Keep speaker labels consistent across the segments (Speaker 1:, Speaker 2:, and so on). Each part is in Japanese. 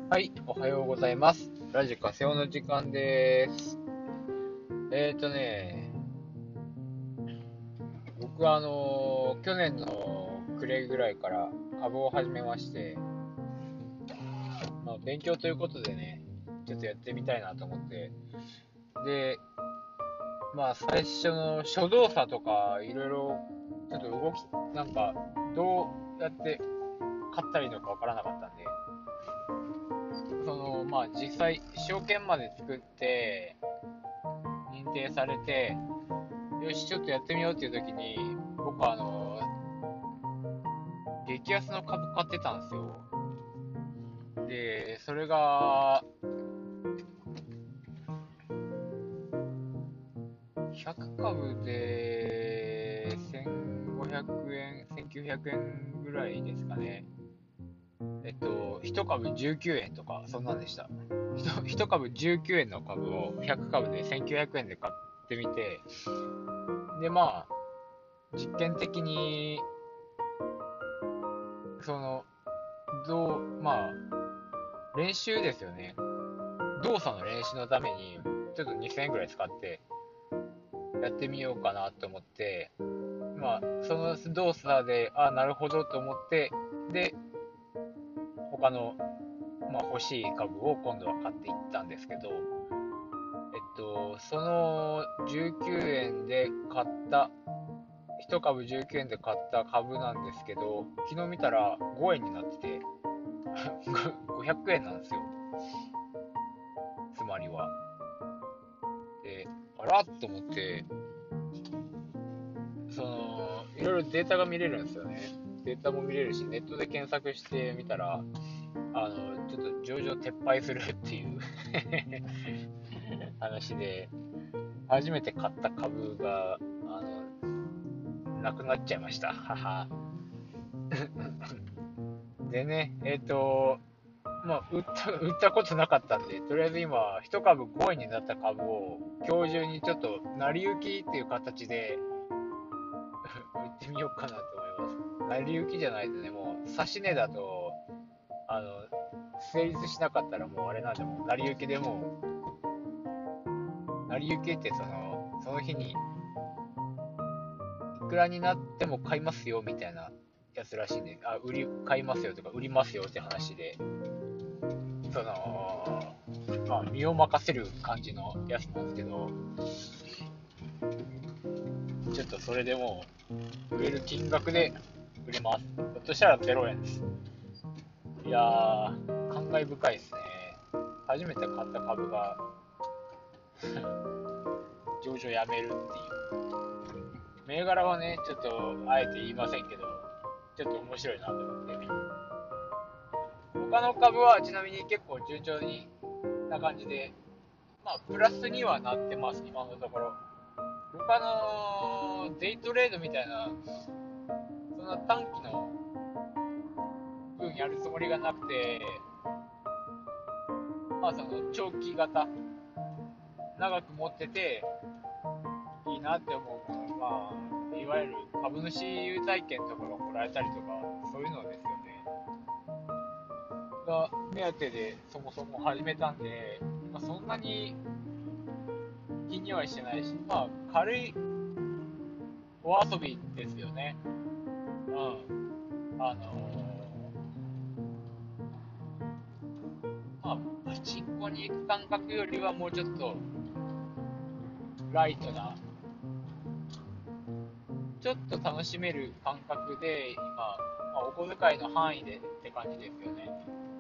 Speaker 1: はい、おはようございます。ラジカセオの時間です。ね、僕は去年の暮れぐらいから株を始めまして、勉強ということでね、ちょっとやってみたいなと思って、で、最初の初動作とか、いろいろ、ちょっと動き、なんか、どうやって買ったらいいのかわからなかったんで、実際、証券まで作って、認定されて、よし、ちょっとやってみようっていう時に、僕は激安の株買ってたんですよ。で、それが、100株で1500円、1900円ぐらいですかね。1株19円とか、そんなんでした。1株19円の株を100株で1900円で買ってみて、で、実験的に、その、練習ですよね。動作の練習のために、ちょっと2000円ぐらい使ってやってみようかなと思って、その動作で、なるほどと思って、で、他の、欲しい株を今度は買っていったんですけど、その19円で買った、1株19円で買った株なんですけど、昨日見たら5円になってて、500円なんですよ、つまりは。で、あらと思って、いろいろデータが見れるんですよね。データも見れるし、ネットで検索してみたら、ちょっと上場撤廃するっていう話で、初めて買った株が、なくなっちゃいました。はでね、売ったことなかったんで、とりあえず今、1株5円になった株を、今日中にちょっと、成り行きっていう形で売ってみようかなと思います。成り行きじゃないとね、もう、指し値だと、あの、成立しなかったらもうあれなんで、もう成り行きでも成り行きってその日にいくらになっても買いますよみたいなやつらしいんで、買いますよとか売りますよって話で、その、身を任せる感じのやつなんですけど、ちょっとそれでも売れる金額で売れます。ひょっとしたら0円です。いやー、感慨深いですね。初めて買った株が上場やめるっていう。銘柄はね、ちょっとあえて言いませんけど、ちょっと面白いなと思って。他の株はちなみに結構順調にな感じで、プラスにはなってます、今のところ。他のデイトレードみたいな、そんな短期の分やるつもりがなくて、その長期型、長く持ってていいなって思うもの、いわゆる株主優待券とかがもらえたりとか、そういうのですよね。が目当てでそもそも始めたんで、そんなに気にはしてないし、軽いお遊びですよね。うん。パチンコに行く感覚よりはもうちょっとライトな、ちょっと楽しめる感覚で、今、お小遣いの範囲でって感じですよね。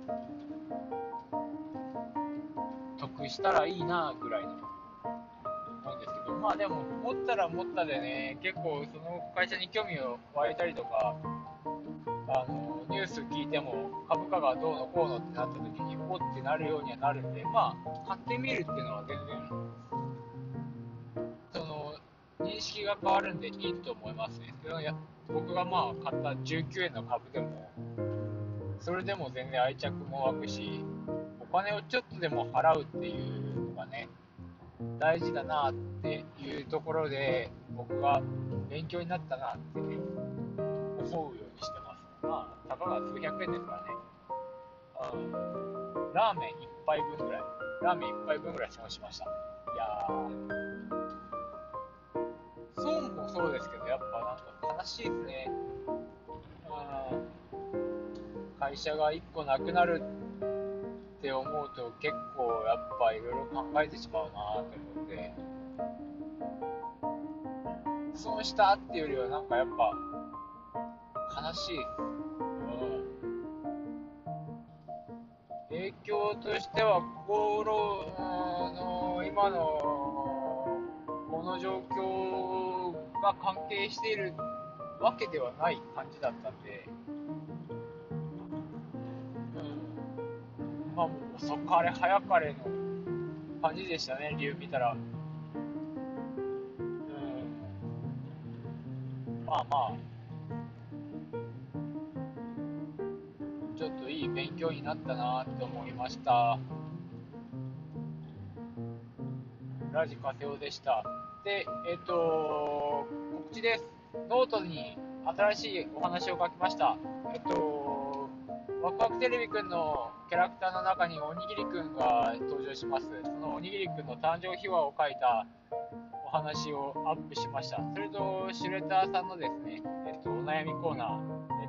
Speaker 1: 得したらいいなぐらいのもんですけど、でも、持ったら持ったでね、結構その会社に興味を湧いたりとか、ニュース聞いても株価がどうのこうのってなった時におってなるようにはなるんで、買ってみるっていうのは全然その認識が変わるんでいいと思いますね。僕が買った19円の株でもそれでも全然愛着も湧くし、お金をちょっとでも払うっていうのがね、大事だなっていうところで僕が勉強になったなってね、思うようにしてます。たかが数百円ですからね。 ラーメン1杯分ぐらい過ごしました。いやー、損もそうですけど、やっぱなんか悲しいですね。会社が1個なくなるって思うと結構やっぱいろいろ考えてしまうなと思って、損したっていうよりはなんかやっぱ悲しい。影響としては心の今のこの状況が関係しているわけではない感じだったんで、まあもう遅かれ早かれの感じでしたね、理由見たら。まあまあ、ちょっといい勉強になったなって思いました。ラジカセオでした。で、告知です。ノートに新しいお話を書きました。ワクワクテレビくんのキャラクターの中におにぎりくんが登場します。そのおにぎりくんの誕生秘話を書いたお話をアップしました。それと、シュレッダーさんのですね、お悩みコーナー、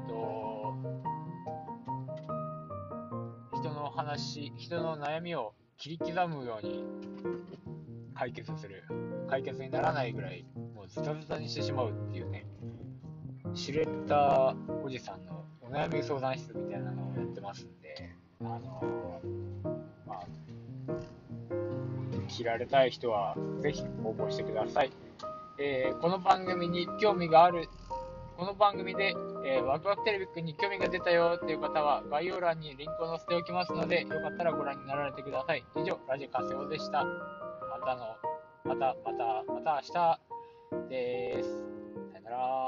Speaker 1: 人の悩みを切り刻むように解決にならないぐらい、もうズタズタにしてしまうっていうね、シュレッダーおじさんのお悩み相談室みたいなのをやってますんで、まあ、切られたい人はぜひ応募してください。この番組に興味がある、この番組で、ワクワクテレビくんに興味が出たよっていう方は概要欄にリンクを載せておきますので、よかったらご覧になられてください。以上、ラジカセオでした。また明日です。さよなら。